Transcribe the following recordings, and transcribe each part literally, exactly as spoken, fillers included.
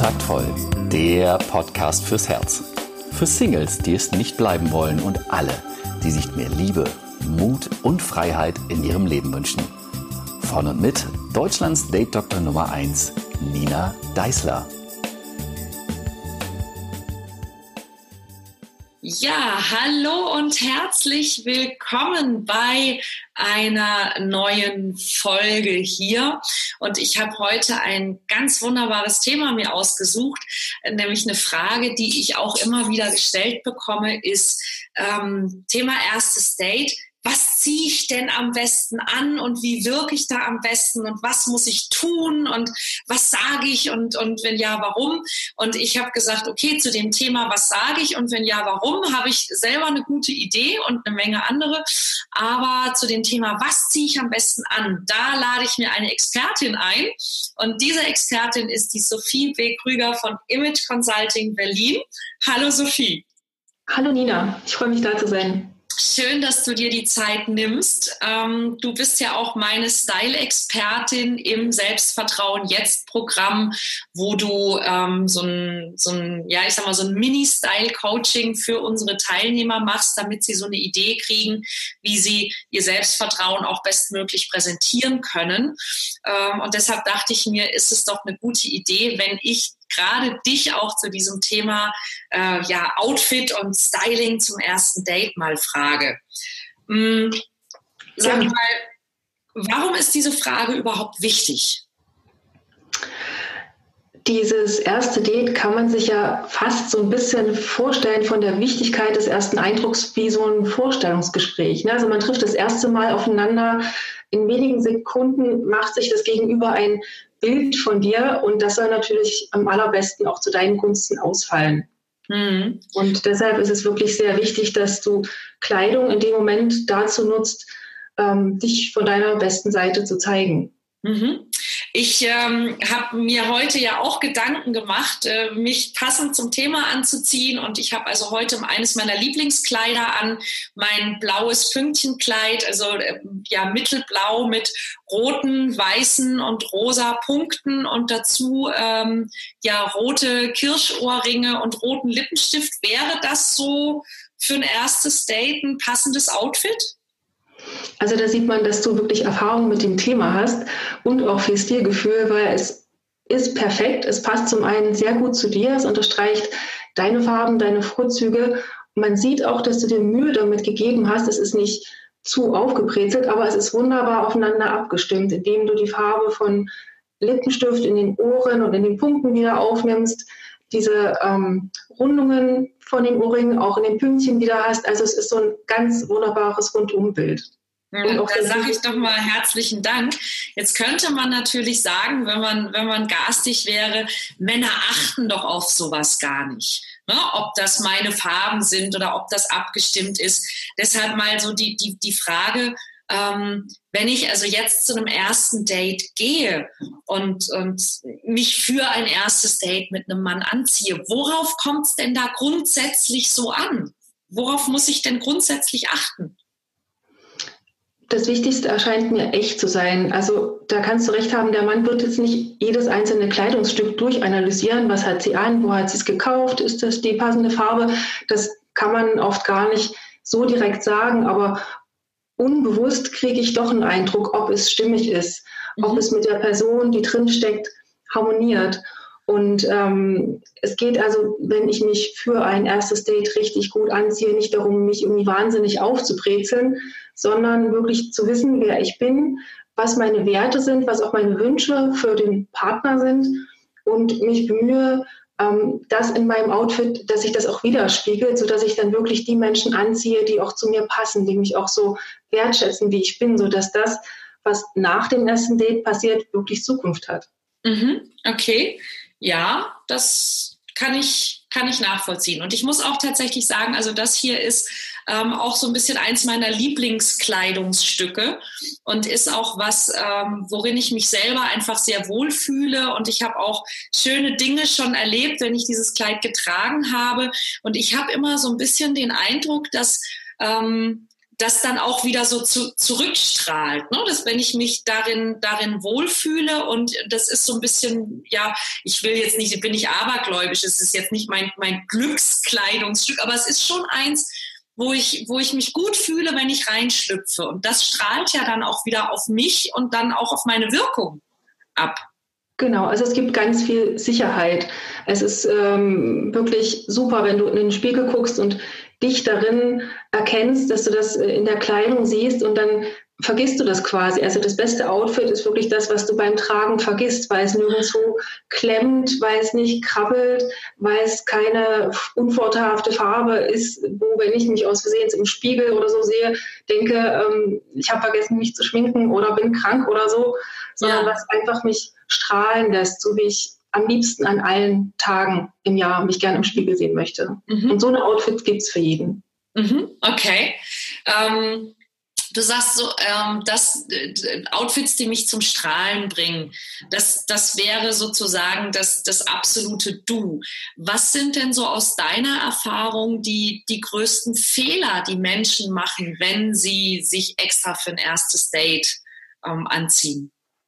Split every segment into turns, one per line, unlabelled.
Taktvoll, der Podcast fürs Herz. Für Singles, die es nicht bleiben wollen und alle, die sich mehr Liebe, Mut und Freiheit in ihrem Leben wünschen. Von und mit Deutschlands Date-Doktor Nummer eins, Nina Deißler.
Ja, hallo und herzlich willkommen bei einer neuen Folge hier. Und ich habe heute ein ganz wunderbares Thema mir ausgesucht, nämlich eine Frage, die ich auch immer wieder gestellt bekomme, ist ähm, Thema erstes Date. Was ziehe ich denn am besten an und wie wirke ich da am besten und was muss ich tun und was sage ich und, und wenn ja, warum? Und ich habe gesagt, okay, zu dem Thema, was sage ich und wenn ja, warum, habe ich selber eine gute Idee und eine Menge andere. Aber zu dem Thema, was ziehe ich am besten an, da lade ich mir eine Expertin ein. Und diese Expertin ist die Sophie W. Krüger von Image Consulting Berlin. Hallo Sophie.
Hallo Nina, ich freue mich da zu sein.
Schön, dass du dir die Zeit nimmst. Ähm, du bist ja auch meine Style-Expertin im Selbstvertrauen-Jetzt-Programm, wo du ähm, so ein, so ein, ja, ich sag mal, so ein Mini-Style-Coaching für unsere Teilnehmer machst, damit sie so eine Idee kriegen, wie sie ihr Selbstvertrauen auch bestmöglich präsentieren können. Ähm, und deshalb dachte ich mir, ist es doch eine gute Idee, wenn ich gerade dich auch zu diesem Thema äh, ja, Outfit und Styling zum ersten Date mal frage. Hm, sag
ja.
mal, warum ist diese Frage überhaupt wichtig?
Dieses erste Date kann man sich ja fast so ein bisschen vorstellen von der Wichtigkeit des ersten Eindrucks wie so ein Vorstellungsgespräch. Ne? Also man trifft das erste Mal aufeinander, in wenigen Sekunden macht sich das Gegenüber ein Bild von dir und das soll natürlich am allerbesten auch zu deinen Gunsten ausfallen. Mhm. Und deshalb ist es wirklich sehr wichtig, dass du Kleidung in dem Moment dazu nutzt, ähm, dich von deiner besten Seite zu zeigen.
Mhm. Ich ähm, habe mir heute ja auch Gedanken gemacht, äh, mich passend zum Thema anzuziehen und ich habe also heute eines meiner Lieblingskleider an, mein blaues Pünktchenkleid, also äh, ja mittelblau mit roten, weißen und rosa Punkten und dazu ähm, ja rote Kirschohrringe und roten Lippenstift. Wäre das so für ein erstes Date ein passendes Outfit?
Also da sieht man, dass du wirklich Erfahrung mit dem Thema hast und auch viel Stilgefühl, weil es ist perfekt. Es passt zum einen sehr gut zu dir, es unterstreicht deine Farben, deine Vorzüge. Man sieht auch, dass du dir Mühe damit gegeben hast. Es ist nicht zu aufgebrezelt, aber es ist wunderbar aufeinander abgestimmt, indem du die Farbe von Lippenstift in den Ohren und in den Punkten wieder aufnimmst, diese ähm, Rundungen von den Ohrringen auch in den Pünktchen wieder hast. Also es ist so ein ganz wunderbares Rundumbild.
Ja, da sage ich doch mal herzlichen Dank. Jetzt könnte man natürlich sagen, wenn man, wenn man garstig wäre, Männer achten doch auf sowas gar nicht. Ne? Ob das meine Farben sind oder ob das abgestimmt ist. Deshalb mal so die, die, die Frage, Ähm, wenn ich also jetzt zu einem ersten Date gehe und, und mich für ein erstes Date mit einem Mann anziehe, worauf kommt es denn da grundsätzlich so an? Worauf muss ich denn grundsätzlich achten?
Das Wichtigste erscheint mir echt zu sein. Also da kannst du recht haben, der Mann wird jetzt nicht jedes einzelne Kleidungsstück durchanalysieren. Was hat sie an? Wo hat sie es gekauft? Ist das die passende Farbe? Das kann man oft gar nicht so direkt sagen, aber unbewusst kriege ich doch einen Eindruck, ob es stimmig ist, mhm. ob es mit der Person, die drin steckt, harmoniert. Und ähm, es geht also, wenn ich mich für ein erstes Date richtig gut anziehe, nicht darum, mich irgendwie wahnsinnig aufzubrezeln, sondern wirklich zu wissen, wer ich bin, was meine Werte sind, was auch meine Wünsche für den Partner sind und mich bemühe, ähm, das in meinem Outfit, dass sich das auch widerspiegelt, sodass ich dann wirklich die Menschen anziehe, die auch zu mir passen, die mich auch so wertschätzen, wie ich bin, sodass das, was nach dem ersten Date passiert, wirklich Zukunft hat.
Mhm, okay, ja, das kann ich, kann ich nachvollziehen. Und ich muss auch tatsächlich sagen, also das hier ist ähm, auch so ein bisschen eins meiner Lieblingskleidungsstücke und ist auch was, ähm, worin ich mich selber einfach sehr wohlfühle. Und ich habe auch schöne Dinge schon erlebt, wenn ich dieses Kleid getragen habe. Und ich habe immer so ein bisschen den Eindruck, dass ähm, das dann auch wieder so zu, zurückstrahlt, ne? Dass wenn ich mich darin, darin wohlfühle und das ist so ein bisschen, ja, ich will jetzt nicht, ich bin nicht abergläubisch, es ist jetzt nicht mein, mein Glückskleidungsstück, aber es ist schon eins, wo ich, wo ich mich gut fühle, wenn ich reinschlüpfe. Und das strahlt ja dann auch wieder auf mich und dann auch auf meine Wirkung ab.
Genau, also es gibt ganz viel Sicherheit. Es ist ähm, wirklich super, wenn du in den Spiegel guckst und dich darin erkennst, dass du das in der Kleidung siehst und dann vergisst du das quasi. Also das beste Outfit ist wirklich das, was du beim Tragen vergisst, weil es nirgendwo klemmt, weil es nicht krabbelt, weil es keine unvorteilhafte Farbe ist, wo, wenn ich mich aus Versehen im Spiegel oder so sehe, denke, ähm, ich habe vergessen, mich zu schminken oder bin krank oder so, sondern ja. was einfach mich strahlen lässt, so wie ich am liebsten an allen Tagen im Jahr mich gerne im Spiegel sehen möchte. Mhm. Und so eine Outfit gibt es für jeden.
Mhm. Okay. Ähm, du sagst so, ähm, dass äh, Outfits, die mich zum Strahlen bringen, das, das wäre sozusagen das, das absolute Du. Was sind denn so aus deiner Erfahrung die, die größten Fehler, die Menschen machen, wenn sie sich extra für ein erstes Date ähm, anziehen?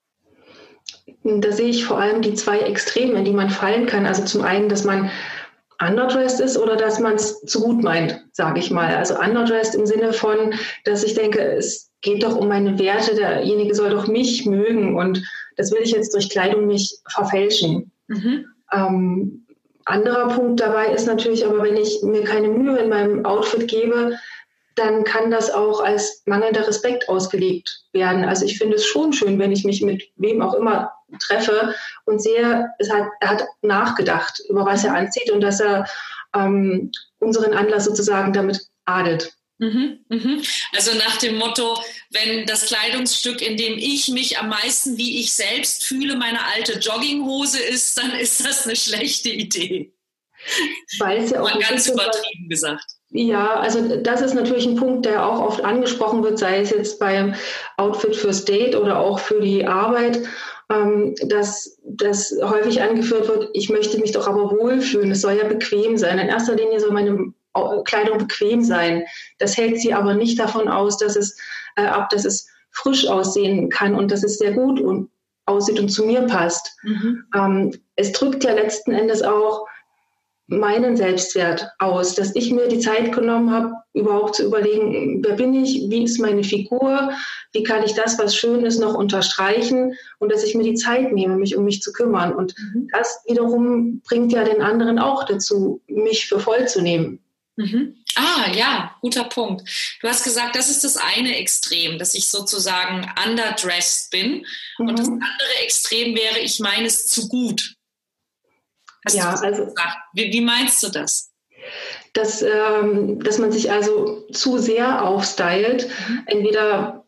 Da sehe ich vor allem die zwei Extreme, in die man fallen kann. Also zum einen, dass man underdressed ist oder dass man es zu gut meint, sage ich mal. Also underdressed im Sinne von, dass ich denke, es geht doch um meine Werte, derjenige soll doch mich mögen und das will ich jetzt durch Kleidung nicht verfälschen. Mhm. Ähm, anderer Punkt dabei ist natürlich aber, wenn ich mir keine Mühe in meinem Outfit gebe, dann kann das auch als mangelnder Respekt ausgelegt werden. Also ich finde es schon schön, wenn ich mich mit wem auch immer treffe und sehe, es hat, er hat nachgedacht, über was er anzieht und dass er ähm, unseren Anlass sozusagen damit adelt.
Mhm, mhm. Also nach dem Motto, wenn das Kleidungsstück, in dem ich mich am meisten wie ich selbst fühle, meine alte Jogginghose ist, dann ist das eine schlechte Idee.
Weil es ja auch
mal ganz übertrieben gesagt.
Ja, also das ist natürlich ein Punkt, der auch oft angesprochen wird, sei es jetzt beim Outfit fürs Date oder auch für die Arbeit, ähm, dass das häufig angeführt wird, ich möchte mich doch aber wohlfühlen, es soll ja bequem sein. In erster Linie soll meine Kleidung bequem sein. Das hält sie aber nicht davon aus, dass es äh, ab, dass es frisch aussehen kann und dass es sehr gut und aussieht und zu mir passt. Mhm. Ähm, es drückt ja letzten Endes auch meinen Selbstwert aus, dass ich mir die Zeit genommen habe, überhaupt zu überlegen, wer bin ich, wie ist meine Figur, wie kann ich das, was schön ist, noch unterstreichen und dass ich mir die Zeit nehme, mich um mich zu kümmern. Und mhm. das wiederum bringt ja den anderen auch dazu, mich für voll zu nehmen.
Mhm. Ah, ja, guter Punkt. Du hast gesagt, das ist das eine Extrem, dass ich sozusagen underdressed bin. Mhm. Und das andere Extrem wäre, ich meine es zu gut. Hast ja, also wie, wie meinst du das?
Dass, ähm, dass man sich also zu sehr aufstylt, mhm. entweder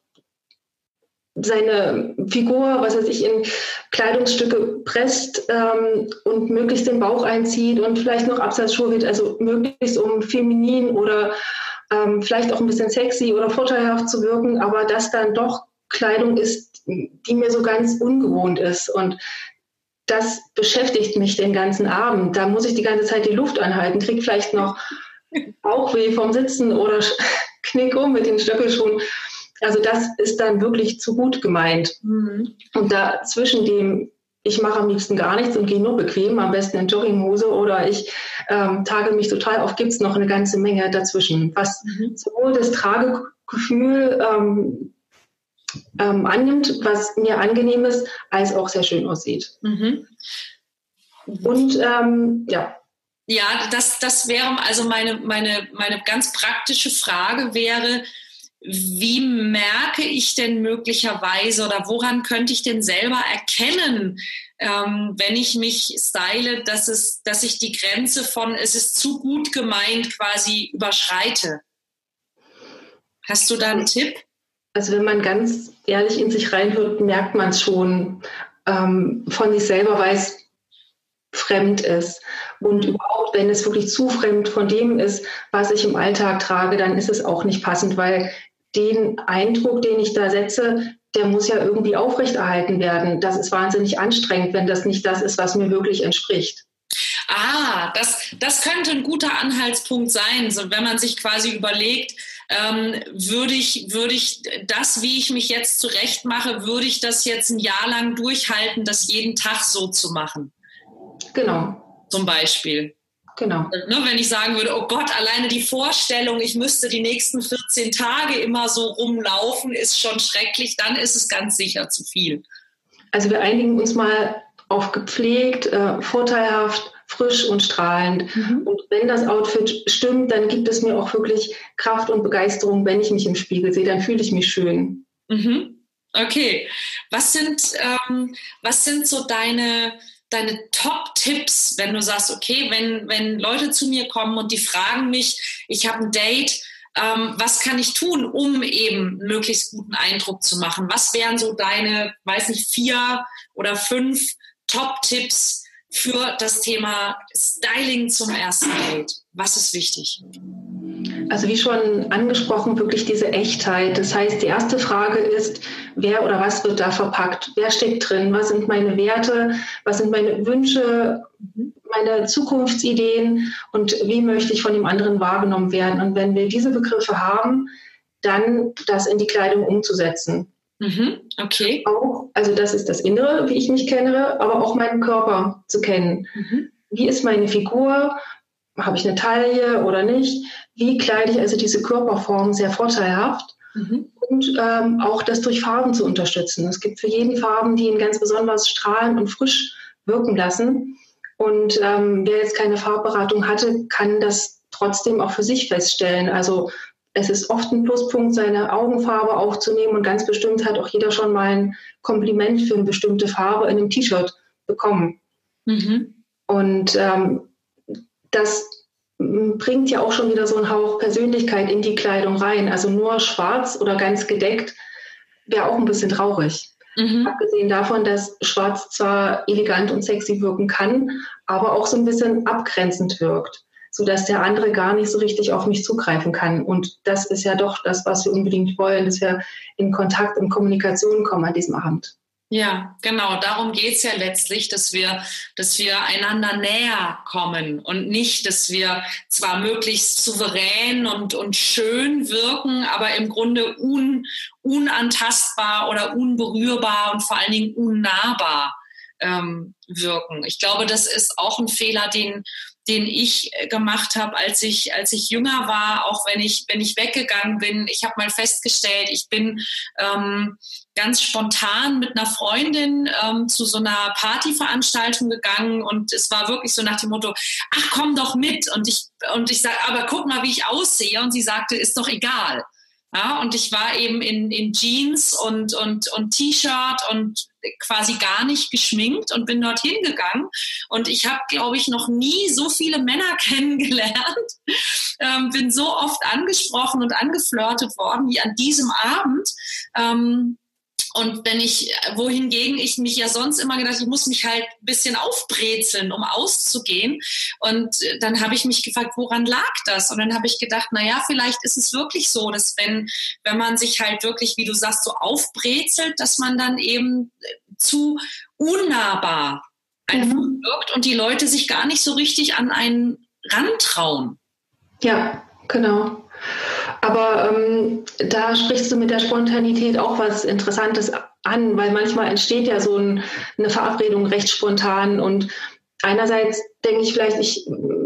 seine Figur, was weiß ich, in Kleidungsstücke presst ähm, und möglichst den Bauch einzieht und vielleicht noch Absatzschuhe wird, also möglichst um feminin oder ähm, vielleicht auch ein bisschen sexy oder vorteilhaft zu wirken, aber das dann doch Kleidung ist, die mir so ganz ungewohnt ist und das beschäftigt mich den ganzen Abend. Da muss ich die ganze Zeit die Luft anhalten, kriege vielleicht noch Bauchweh vom Sitzen oder knick um mit den Stöckelschuhen. Also das ist dann wirklich zu gut gemeint. Mhm. Und da zwischen dem, ich mache am liebsten gar nichts und gehe nur bequem, am besten in Jogginghose oder ich ähm, tage mich total auf, gibt es noch eine ganze Menge dazwischen. Was mhm. sowohl das Tragegefühl ähm, Ähm, annimmt, was mir angenehm ist, als auch sehr schön aussieht. Mhm. Und ähm, ja.
Ja, das, das wäre also meine, meine, meine ganz praktische Frage wäre, wie merke ich denn möglicherweise oder woran könnte ich denn selber erkennen, ähm, wenn ich mich style, dass, es, dass ich die Grenze von es ist zu gut gemeint quasi überschreite? Hast du da einen Tipp?
Also wenn man ganz ehrlich in sich reinhört, merkt man es schon ähm, von sich selber, weil es fremd ist. Und überhaupt, wenn es wirklich zu fremd von dem ist, was ich im Alltag trage, dann ist es auch nicht passend, weil den Eindruck, den ich da setze, der muss ja irgendwie aufrechterhalten werden. Das ist wahnsinnig anstrengend, wenn das nicht das ist, was mir wirklich entspricht.
Ah, das, das könnte ein guter Anhaltspunkt sein, so wenn man sich quasi überlegt, ähm, würde ich, würde ich das, wie ich mich jetzt zurecht mache, würde ich das jetzt ein Jahr lang durchhalten, das jeden Tag so zu machen.
Genau.
Zum Beispiel.
Genau.
Ne, wenn ich sagen würde, oh Gott, alleine die Vorstellung, ich müsste die nächsten vierzehn Tage immer so rumlaufen, ist schon schrecklich, dann ist es ganz sicher zu viel.
Also wir einigen uns mal auf gepflegt, äh, vorteilhaft, frisch und strahlend. Mhm. Und wenn das Outfit stimmt, dann gibt es mir auch wirklich Kraft und Begeisterung, wenn ich mich im Spiegel sehe, dann fühle ich mich schön.
Mhm. Okay. Was sind, ähm, was sind so deine, deine Top-Tipps, wenn du sagst, okay, wenn, wenn Leute zu mir kommen und die fragen mich, ich habe ein Date, ähm, was kann ich tun, um eben einen möglichst guten Eindruck zu machen? Was wären so deine, weiß nicht, vier oder fünf Top-Tipps für das Thema Styling zum ersten Date? Was ist wichtig?
Also wie schon angesprochen, wirklich diese Echtheit. Das heißt, die erste Frage ist, wer oder was wird da verpackt? Wer steckt drin? Was sind meine Werte? Was sind meine Wünsche, meine Zukunftsideen? Und wie möchte ich von dem anderen wahrgenommen werden? Und wenn wir diese Begriffe haben, dann das in die Kleidung umzusetzen.
Mhm, okay.
Auch, also das ist das Innere, wie ich mich kenne, aber auch meinen Körper zu kennen. Mhm. Wie ist meine Figur? Habe ich eine Taille oder nicht? Wie kleide ich also diese Körperform sehr vorteilhaft? Mhm. Und ähm, auch das durch Farben zu unterstützen. Es gibt für jeden Farben, die ihn ganz besonders strahlen und frisch wirken lassen. Und ähm, wer jetzt keine Farbberatung hatte, kann das trotzdem auch für sich feststellen. Also es ist oft ein Pluspunkt, seine Augenfarbe aufzunehmen. Und ganz bestimmt hat auch jeder schon mal ein Kompliment für eine bestimmte Farbe in einem T-Shirt bekommen. Mhm. Und ähm, das bringt ja auch schon wieder so einen Hauch Persönlichkeit in die Kleidung rein. Also nur schwarz oder ganz gedeckt wäre auch ein bisschen traurig. Mhm. Abgesehen davon, dass schwarz zwar elegant und sexy wirken kann, aber auch so ein bisschen abgrenzend wirkt, sodass der andere gar nicht so richtig auf mich zugreifen kann. Und das ist ja doch das, was wir unbedingt wollen, dass wir in Kontakt und Kommunikation kommen an diesem Abend.
Ja, genau. Darum geht's ja letztlich, dass wir, dass wir einander näher kommen und nicht, dass wir zwar möglichst souverän und, und schön wirken, aber im Grunde un, unantastbar oder unberührbar und vor allen Dingen unnahbar ähm, wirken. Ich glaube, das ist auch ein Fehler, den den ich gemacht habe, als ich als ich jünger war, auch wenn ich wenn ich weggegangen bin. Ich habe mal festgestellt, ich bin ähm, ganz spontan mit einer Freundin ähm, zu so einer Partyveranstaltung gegangen und es war wirklich so nach dem Motto, ach komm doch mit, und ich und ich sage, aber guck mal, wie ich aussehe, und sie sagte, ist doch egal. Ja, und ich war eben in, in Jeans und, und, und T-Shirt und quasi gar nicht geschminkt und bin dorthin gegangen. Und ich habe, glaube ich, noch nie so viele Männer kennengelernt, ähm, bin so oft angesprochen und angeflirtet worden wie an diesem Abend. Ähm, Und wenn ich, wohingegen ich mich ja sonst immer gedacht, ich muss mich halt ein bisschen aufbrezeln, um auszugehen. Und dann habe ich mich gefragt, woran lag das? Und dann habe ich gedacht, naja, vielleicht ist es wirklich so, dass wenn, wenn man sich halt wirklich, wie du sagst, so aufbrezelt, dass man dann eben zu unnahbar einfach mhm. wirkt und die Leute sich gar nicht so richtig an einen rantrauen.
Ja, genau. Aber ähm, da sprichst du mit der Spontanität auch was Interessantes an, weil manchmal entsteht ja so ein, eine Verabredung recht spontan und einerseits denke ich vielleicht, ich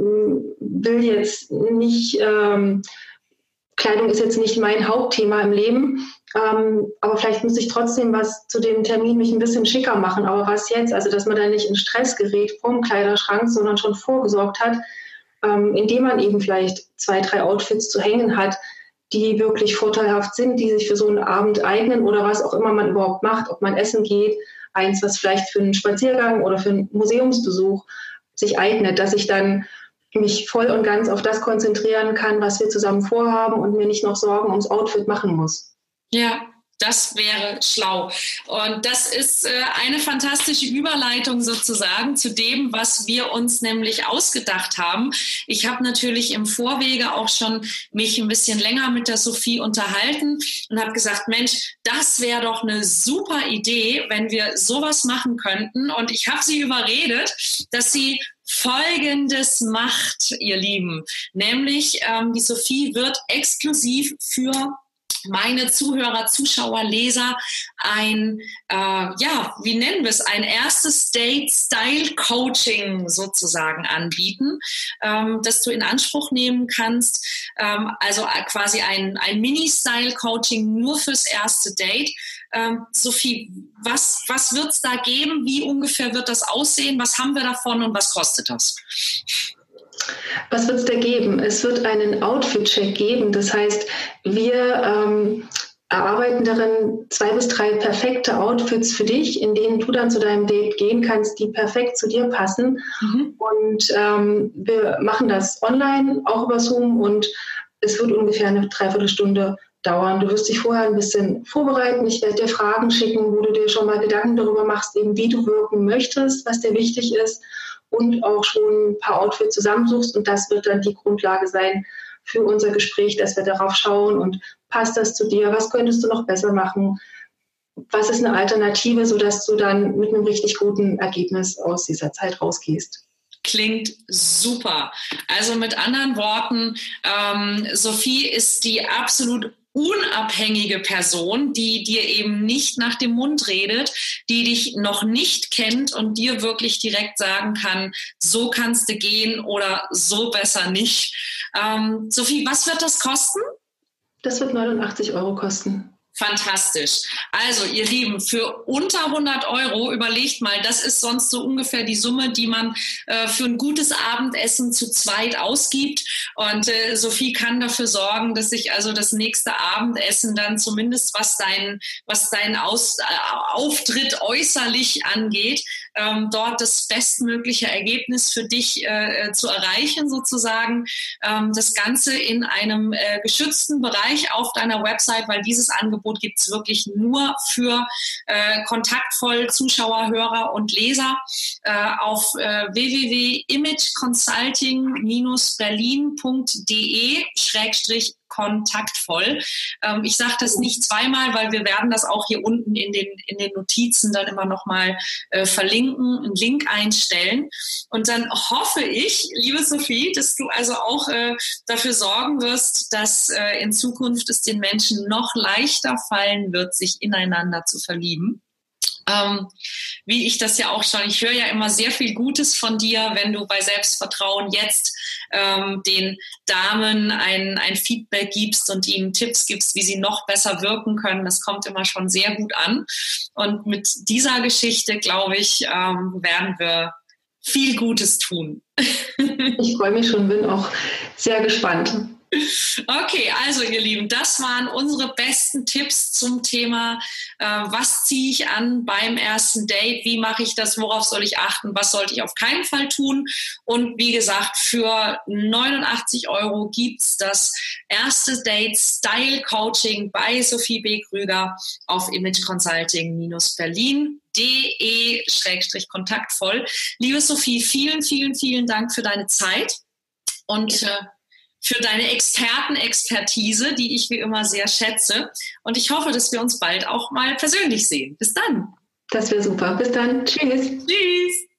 will jetzt nicht, ähm, Kleidung ist jetzt nicht mein Hauptthema im Leben, ähm, aber vielleicht muss ich trotzdem was zu dem Termin mich ein bisschen schicker machen. Aber was jetzt? Also, dass man da nicht in Stress gerät vorm Kleiderschrank, sondern schon vorgesorgt hat, ähm, indem man eben vielleicht zwei, drei Outfits zu hängen hat, die wirklich vorteilhaft sind, die sich für so einen Abend eignen oder was auch immer man überhaupt macht, ob man essen geht, eins, was vielleicht für einen Spaziergang oder für einen Museumsbesuch sich eignet, dass ich dann mich voll und ganz auf das konzentrieren kann, was wir zusammen vorhaben und mir nicht noch Sorgen ums Outfit machen muss.
Ja, das wäre schlau. Und das ist äh, eine fantastische Überleitung sozusagen zu dem, was wir uns nämlich ausgedacht haben. Ich habe natürlich im Vorwege auch schon mich ein bisschen länger mit der Sophie unterhalten und habe gesagt, Mensch, das wäre doch eine super Idee, wenn wir sowas machen könnten. Und ich habe sie überredet, dass sie Folgendes macht, ihr Lieben. Nämlich, ähm, die Sophie wird exklusiv für meine Zuhörer, Zuschauer, Leser ein, äh, ja, wie nennen wir es, ein erstes Date-Style-Coaching sozusagen anbieten, ähm, das du in Anspruch nehmen kannst. Ähm, also quasi ein, ein Mini-Style-Coaching nur fürs erste Date. Ähm, Sophie, was, was wird es da geben? Wie ungefähr wird das aussehen? Was haben wir davon und was kostet das?
Was wird es da geben? Es wird einen Outfit-Check geben. Das heißt, wir ähm, erarbeiten darin zwei bis drei perfekte Outfits für dich, in denen du dann zu deinem Date gehen kannst, die perfekt zu dir passen. Mhm. Und ähm, wir machen das online, auch über Zoom, und es wird ungefähr eine Dreiviertelstunde dauern. Du wirst dich vorher ein bisschen vorbereiten. Ich werde dir Fragen schicken, wo du dir schon mal Gedanken darüber machst, eben wie du wirken möchtest, was dir wichtig ist, und auch schon ein paar Outfits zusammensuchst. Und das wird dann die Grundlage sein für unser Gespräch, dass wir darauf schauen und passt das zu dir? Was könntest du noch besser machen? Was ist eine Alternative, sodass du dann mit einem richtig guten Ergebnis aus dieser Zeit rausgehst?
Klingt super. Also mit anderen Worten, ähm, Sophie ist die absolut unabhängige Person, die dir eben nicht nach dem Mund redet, die dich noch nicht kennt und dir wirklich direkt sagen kann, so kannst du gehen oder so besser nicht. Ähm, Sophie, was wird das kosten?
Das wird neunundachtzig Euro kosten.
Fantastisch. Also, ihr Lieben, für unter hundert Euro, überlegt mal, das ist sonst so ungefähr die Summe, die man äh, für ein gutes Abendessen zu zweit ausgibt. Und äh, Sophie kann dafür sorgen, dass sich also das nächste Abendessen dann zumindest, was dein, was dein Aus, äh, Auftritt äußerlich angeht, ähm, dort das bestmögliche Ergebnis für dich äh, zu erreichen sozusagen. Ähm, das Ganze in einem äh, geschützten Bereich auf deiner Website, weil dieses Angebot gibt es wirklich nur für äh, kontaktvoll Zuschauer, Hörer und Leser äh, auf äh, w w w punkt image consulting dash berlin punkt d e schrägstrich kontaktvoll. Ähm, ich sage das nicht zweimal, weil wir werden das auch hier unten in den, in den Notizen dann immer nochmal äh, verlinken, einen Link einstellen. Und dann hoffe ich, liebe Sophie, dass du also auch äh, dafür sorgen wirst, dass äh, in Zukunft es den Menschen noch leichter fallen wird, sich ineinander zu verlieben. Ähm, wie ich das ja auch schon, ich höre ja immer sehr viel Gutes von dir, wenn du bei Selbstvertrauen jetzt ähm, den Damen ein, ein Feedback gibst und ihnen Tipps gibst, wie sie noch besser wirken können. Das kommt immer schon sehr gut an. Und mit dieser Geschichte, glaube ich, ähm, werden wir viel Gutes tun.
Ich freue mich schon, bin auch sehr gespannt.
Okay, also ihr Lieben, das waren unsere besten Tipps zum Thema, äh, was ziehe ich an beim ersten Date, wie mache ich das, worauf soll ich achten, was sollte ich auf keinen Fall tun. Und wie gesagt, für neunundachtzig Euro gibt's das erste Date Style Coaching bei Sophie B. Krüger auf image consulting dash berlin punkt d e schrägstrich kontaktvoll. Liebe Sophie, vielen, vielen, vielen Dank für deine Zeit und äh, für deine Expertenexpertise, die ich wie immer sehr schätze. Und ich hoffe, dass wir uns bald auch mal persönlich sehen. Bis dann.
Das wäre super. Bis dann. Tschüss.
Tschüss.